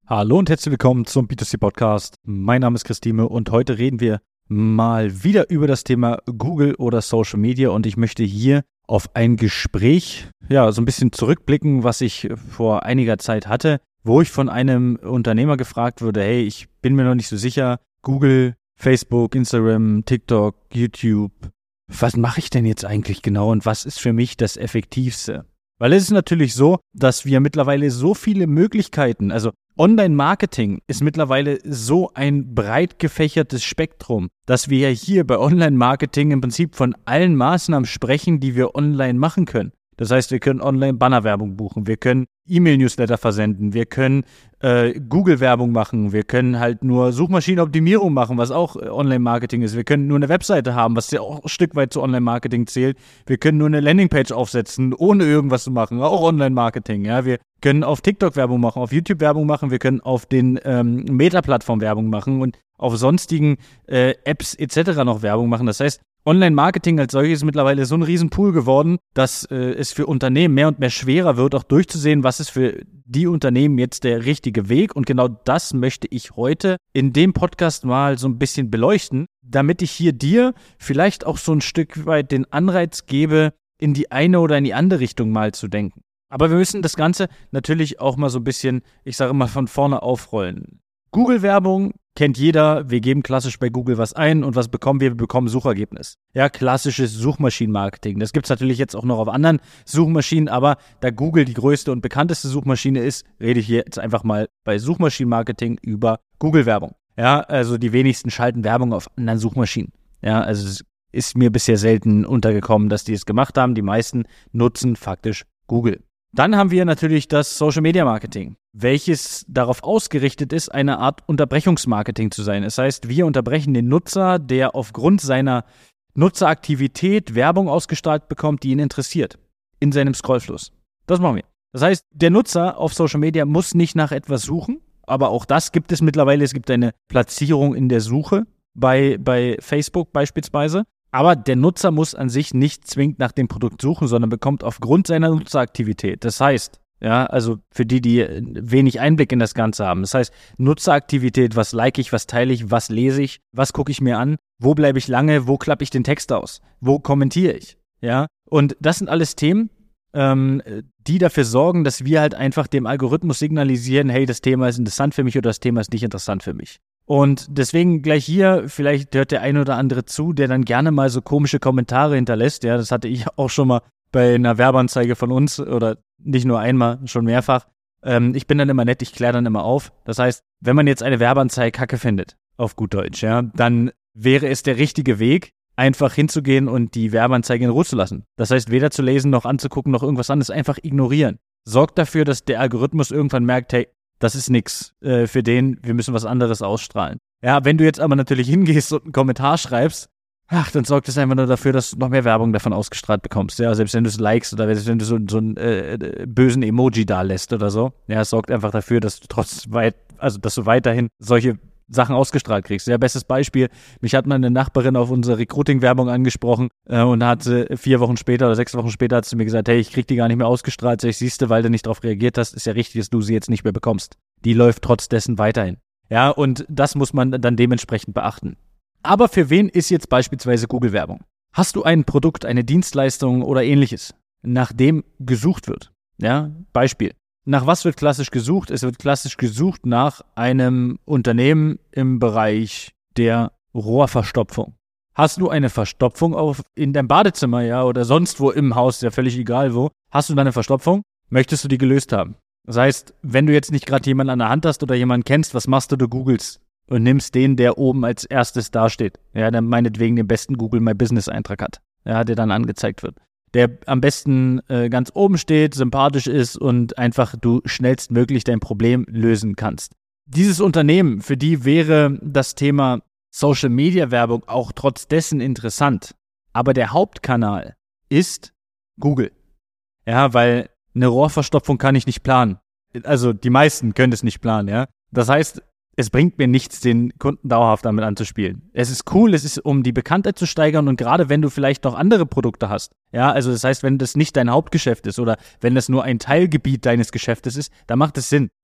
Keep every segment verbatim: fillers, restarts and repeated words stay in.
Hallo und herzlich willkommen zum B zwei C Podcast. Mein Name ist Christine und heute reden wir mal wieder über das Thema Google oder Social Media und ich möchte hier auf ein Gespräch, ja, so ein bisschen zurückblicken, was ich vor einiger Zeit hatte, wo ich von einem Unternehmer gefragt wurde, hey, ich bin mir noch nicht so sicher, Google, Facebook, Instagram, TikTok, YouTube, was mache ich denn jetzt eigentlich genau und was ist für mich das Effektivste? Weil es ist natürlich so, dass wir mittlerweile so viele Möglichkeiten, also Online-Marketing ist mittlerweile so ein breit gefächertes Spektrum, dass wir ja hier bei Online-Marketing im Prinzip von allen Maßnahmen sprechen, die wir online machen können. Das heißt, wir können Online-Bannerwerbung buchen, wir können E-Mail-Newsletter versenden, wir können äh, Google-Werbung machen, wir können halt nur Suchmaschinenoptimierung machen, was auch äh, Online-Marketing ist. Wir können nur eine Webseite haben, was ja auch ein Stück weit zu Online-Marketing zählt. Wir können nur eine Landingpage aufsetzen, ohne irgendwas zu machen, auch Online-Marketing. Ja, wir können auf TikTok Werbung machen, auf YouTube Werbung machen, wir können auf den ähm, Meta-Plattformen Werbung machen und auf sonstigen äh, Apps et cetera noch Werbung machen. Das heißt, Online-Marketing als solches ist mittlerweile so ein Riesenpool geworden, dass äh, es für Unternehmen mehr und mehr schwerer wird, auch durchzusehen, was ist für die Unternehmen jetzt der richtige Weg. Und genau das möchte ich heute in dem Podcast mal so ein bisschen beleuchten, damit ich hier dir vielleicht auch so ein Stück weit den Anreiz gebe, in die eine oder in die andere Richtung mal zu denken. Aber wir müssen das Ganze natürlich auch mal so ein bisschen, ich sage mal, von vorne aufrollen. Google-Werbung kennt jeder, wir geben klassisch bei Google was ein und was bekommen wir? Wir bekommen Suchergebnis. Ja, klassisches Suchmaschinenmarketing. Das gibt es natürlich jetzt auch noch auf anderen Suchmaschinen, aber da Google die größte und bekannteste Suchmaschine ist, rede ich jetzt einfach mal bei Suchmaschinenmarketing über Google-Werbung. Ja, also die wenigsten schalten Werbung auf anderen Suchmaschinen. Ja, also es ist mir bisher selten untergekommen, dass die es gemacht haben. Die meisten nutzen faktisch Google. Dann haben wir natürlich das Social Media Marketing, welches darauf ausgerichtet ist, eine Art Unterbrechungsmarketing zu sein. Das heißt, wir unterbrechen den Nutzer, der aufgrund seiner Nutzeraktivität Werbung ausgestrahlt bekommt, die ihn interessiert, in seinem Scrollfluss. Das machen wir. Das heißt, der Nutzer auf Social Media muss nicht nach etwas suchen, aber auch das gibt es mittlerweile. Es gibt eine Platzierung in der Suche bei, bei Facebook beispielsweise. Aber der Nutzer muss an sich nicht zwingend nach dem Produkt suchen, sondern bekommt aufgrund seiner Nutzeraktivität. Das heißt, ja, also für die, die wenig Einblick in das Ganze haben. Das heißt, Nutzeraktivität, was like ich, was teile ich, was lese ich, was gucke ich mir an, wo bleibe ich lange, wo klappe ich den Text aus, wo kommentiere ich, ja. Und das sind alles Themen, ähm, die dafür sorgen, dass wir halt einfach dem Algorithmus signalisieren, hey, das Thema ist interessant für mich oder das Thema ist nicht interessant für mich. Und deswegen gleich hier, vielleicht hört der ein oder andere zu, der dann gerne mal so komische Kommentare hinterlässt. Ja, das hatte ich auch schon mal bei einer Werbeanzeige von uns oder nicht nur einmal, schon mehrfach. Ähm, ich bin dann immer nett, ich kläre dann immer auf. Das heißt, wenn man jetzt eine Werbeanzeige kacke findet, auf gut Deutsch, ja, dann wäre es der richtige Weg, einfach hinzugehen und die Werbeanzeige in Ruhe zu lassen. Das heißt, weder zu lesen noch anzugucken noch irgendwas anderes, einfach ignorieren. Sorgt dafür, dass der Algorithmus irgendwann merkt, hey, das ist nix äh, für den, wir müssen was anderes ausstrahlen. Ja, wenn du jetzt aber natürlich hingehst und einen Kommentar schreibst, ach, dann sorgt es einfach nur dafür, dass du noch mehr Werbung davon ausgestrahlt bekommst. Ja, selbst wenn du es likest oder wenn du so, so einen äh, bösen Emoji da lässt oder so. Ja, es sorgt einfach dafür, dass du trotz weit, also dass du weiterhin solche Sachen ausgestrahlt kriegst. Ja, bestes Beispiel, mich hat mal eine Nachbarin auf unsere Recruiting-Werbung angesprochen äh, und hat sie vier Wochen später oder sechs Wochen später hat sie mir gesagt, hey, ich krieg die gar nicht mehr ausgestrahlt. Sag ich, siehste, weil du nicht darauf reagiert hast, ist ja richtig, dass du sie jetzt nicht mehr bekommst. Die läuft trotz dessen weiterhin. Ja, und das muss man dann dementsprechend beachten. Aber für wen ist jetzt beispielsweise Google-Werbung? Hast du ein Produkt, eine Dienstleistung oder ähnliches, nach dem gesucht wird? Ja, Beispiel. Nach was wird klassisch gesucht? Es wird klassisch gesucht nach einem Unternehmen im Bereich der Rohrverstopfung. Hast du eine Verstopfung auf, in deinem Badezimmer, ja, oder sonst wo im Haus, ja völlig egal wo, hast du da eine Verstopfung? Möchtest du die gelöst haben? Das heißt, wenn du jetzt nicht gerade jemanden an der Hand hast oder jemanden kennst, was machst du? Du googelst und nimmst den, der oben als erstes dasteht. Ja, der meinetwegen den besten Google My Business Eintrag hat. Ja, der dann angezeigt wird. Der am besten äh, ganz oben steht, sympathisch ist und einfach du schnellstmöglich dein Problem lösen kannst. Dieses Unternehmen, für die wäre das Thema Social Media Werbung auch trotz dessen interessant. Aber der Hauptkanal ist Google. Ja, weil eine Rohrverstopfung kann ich nicht planen. Also die meisten können es nicht planen, ja. Das heißt, es bringt mir nichts, den Kunden dauerhaft damit anzuspielen. Es ist cool, es ist, um die Bekanntheit zu steigern und gerade wenn du vielleicht noch andere Produkte hast. Ja, also das heißt, wenn das nicht dein Hauptgeschäft ist oder wenn das nur ein Teilgebiet deines Geschäftes ist, dann macht es Sinn.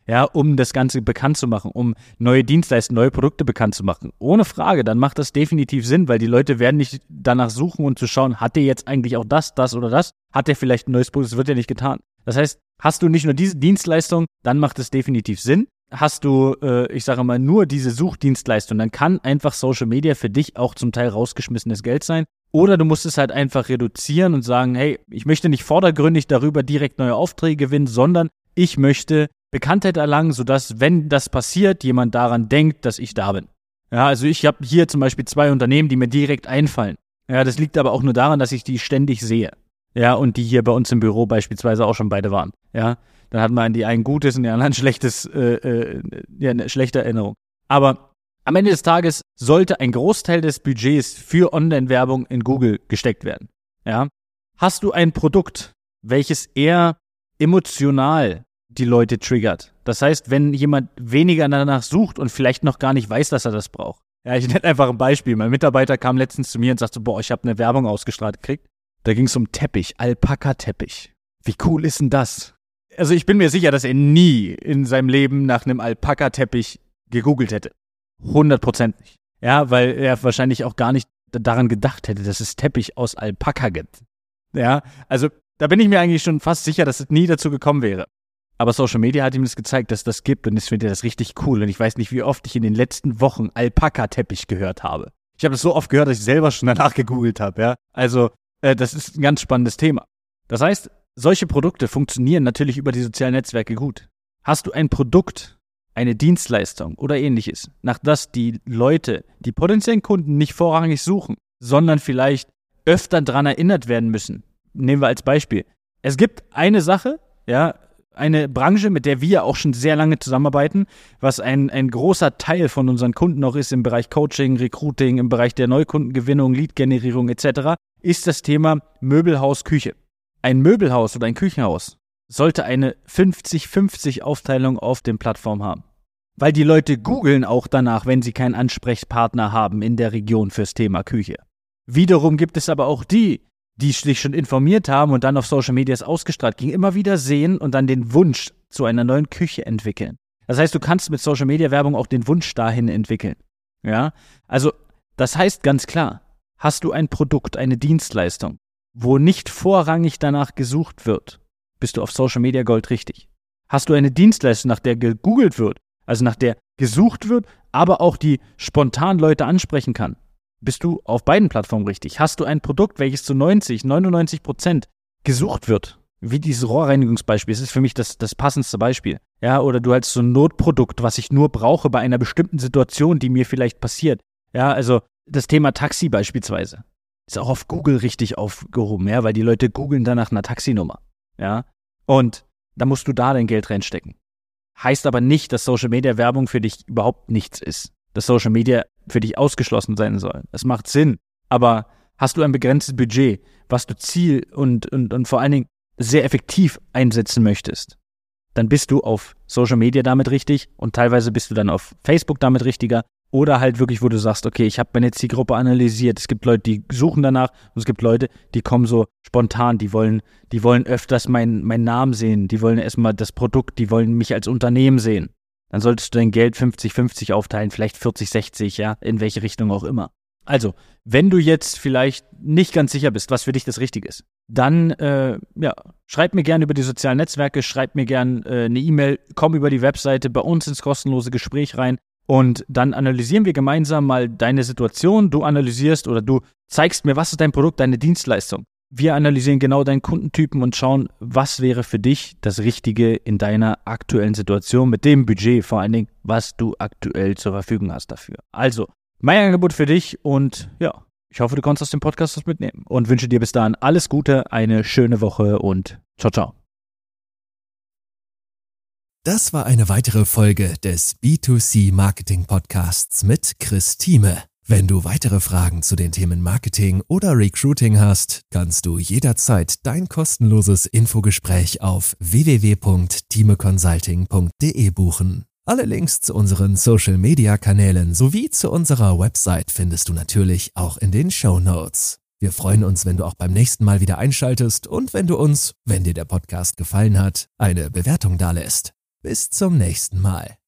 ja, um das Ganze bekannt zu machen, um neue Dienstleistungen, neue Produkte bekannt zu machen. Ohne Frage, dann macht das definitiv Sinn, weil die Leute werden nicht danach suchen und zu schauen, hat der jetzt eigentlich auch das, das oder das? Hat der vielleicht ein neues Produkt? Das wird ja nicht getan. Das heißt, hast du nicht nur diese Dienstleistung, dann macht es definitiv Sinn. Hast du, äh, ich sage mal, nur diese Suchdienstleistung, dann kann einfach Social Media für dich auch zum Teil rausgeschmissenes Geld sein. Oder du musst es halt einfach reduzieren und sagen, hey, ich möchte nicht vordergründig darüber direkt neue Aufträge gewinnen, sondern ich möchte Bekanntheit erlangen, sodass, wenn das passiert, jemand daran denkt, dass ich da bin. Ja, also ich habe hier zum Beispiel zwei Unternehmen, die mir direkt einfallen. Ja, das liegt aber auch nur daran, dass ich die ständig sehe. Ja, und die hier bei uns im Büro beispielsweise auch schon beide waren. Ja, dann hat man an die einen gutes und die anderen ein schlechtes, äh, äh, ja, eine schlechte Erinnerung. Aber am Ende des Tages sollte ein Großteil des Budgets für Online-Werbung in Google gesteckt werden. Ja, hast du ein Produkt, welches eher emotional die Leute triggert? Das heißt, wenn jemand weniger danach sucht und vielleicht noch gar nicht weiß, dass er das braucht. Ja, ich nenne einfach ein Beispiel. Mein Mitarbeiter kam letztens zu mir und sagte, boah, ich habe eine Werbung ausgestrahlt gekriegt. Da ging es um Teppich, Alpaka-Teppich. Wie cool ist denn das? Also ich bin mir sicher, dass er nie in seinem Leben nach einem Alpaka-Teppich gegoogelt hätte. hundert Prozent nicht. Ja, weil er wahrscheinlich auch gar nicht daran gedacht hätte, dass es Teppich aus Alpaka gibt. Ja, also da bin ich mir eigentlich schon fast sicher, dass es nie dazu gekommen wäre. Aber Social Media hat ihm das gezeigt, dass das gibt und ich finde das richtig cool. Und ich weiß nicht, wie oft ich in den letzten Wochen Alpaka-Teppich gehört habe. Ich habe das so oft gehört, dass ich selber schon danach gegoogelt habe. Ja, also äh, das ist ein ganz spannendes Thema. Das heißt, solche Produkte funktionieren natürlich über die sozialen Netzwerke gut. Hast du ein Produkt, eine Dienstleistung oder ähnliches, nach das die Leute, die potenziellen Kunden nicht vorrangig suchen, sondern vielleicht öfter dran erinnert werden müssen. Nehmen wir als Beispiel. Es gibt eine Sache, ja, eine Branche, mit der wir auch schon sehr lange zusammenarbeiten, was ein, ein großer Teil von unseren Kunden auch ist im Bereich Coaching, Recruiting, im Bereich der Neukundengewinnung, Lead-Generierung et cetera, ist das Thema Möbelhaus, Küche. Ein Möbelhaus oder ein Küchenhaus sollte eine fünfzig fünfzig Aufteilung auf den Plattformen haben. Weil die Leute googeln auch danach, wenn sie keinen Ansprechpartner haben in der Region fürs Thema Küche. Wiederum gibt es aber auch die, die sich schon informiert haben und dann auf Social Media ausgestrahlt ging, immer wieder sehen und dann den Wunsch zu einer neuen Küche entwickeln. Das heißt, du kannst mit Social Media Werbung auch den Wunsch dahin entwickeln. Ja, also das heißt ganz klar, hast du ein Produkt, eine Dienstleistung, wo nicht vorrangig danach gesucht wird, bist du auf Social Media Gold richtig. Hast du eine Dienstleistung, nach der gegoogelt wird, also nach der gesucht wird, aber auch die spontan Leute ansprechen kann, bist du auf beiden Plattformen richtig. Hast du ein Produkt, welches zu neunzig, neunundneunzig Prozent gesucht wird, wie dieses Rohrreinigungsbeispiel, das ist für mich das, das passendste Beispiel. Ja, oder du hast so ein Notprodukt, was ich nur brauche bei einer bestimmten Situation, die mir vielleicht passiert. Ja, also das Thema Taxi beispielsweise ist auch auf Google richtig aufgehoben, ja, weil die Leute googeln dann nach einer Taxinummer. Ja, und da musst du da dein Geld reinstecken. Heißt aber nicht, dass Social Media Werbung für dich überhaupt nichts ist. Dass Social Media für dich ausgeschlossen sein soll. Das macht Sinn. Aber hast du ein begrenztes Budget, was du ziel- und, und, und vor allen Dingen sehr effektiv einsetzen möchtest, dann bist du auf Social Media damit richtig und teilweise bist du dann auf Facebook damit richtiger oder halt wirklich, wo du sagst, okay, ich habe meine Zielgruppe analysiert. Es gibt Leute, die suchen danach und es gibt Leute, die kommen so spontan, die wollen, die wollen öfters meinen, meinen Namen sehen, die wollen erstmal das Produkt, die wollen mich als Unternehmen sehen. Dann solltest du dein Geld fünfzig fünfzig aufteilen, vielleicht vierzig sechzig, ja, in welche Richtung auch immer. Also, wenn du jetzt vielleicht nicht ganz sicher bist, was für dich das Richtige ist, dann äh, ja, schreib mir gerne über die sozialen Netzwerke, schreib mir gerne äh, eine E-Mail, komm über die Webseite bei uns ins kostenlose Gespräch rein und dann analysieren wir gemeinsam mal deine Situation. Du analysierst oder du zeigst mir, was ist dein Produkt, deine Dienstleistung. Wir analysieren genau deinen Kundentypen und schauen, was wäre für dich das Richtige in deiner aktuellen Situation mit dem Budget, vor allen Dingen, was du aktuell zur Verfügung hast dafür. Also, mein Angebot für dich und ja, ich hoffe, du konntest aus dem Podcast was mitnehmen und wünsche dir bis dahin alles Gute, eine schöne Woche und ciao, ciao. Das war eine weitere Folge des B zwei C Marketing Podcasts mit Chris Thieme. Wenn du weitere Fragen zu den Themen Marketing oder Recruiting hast, kannst du jederzeit dein kostenloses Infogespräch auf w w w punkt thieme consulting punkt d e buchen. Alle Links zu unseren Social-Media-Kanälen sowie zu unserer Website findest du natürlich auch in den Shownotes. Wir freuen uns, wenn du auch beim nächsten Mal wieder einschaltest und wenn du uns, wenn dir der Podcast gefallen hat, eine Bewertung dalässt. Bis zum nächsten Mal.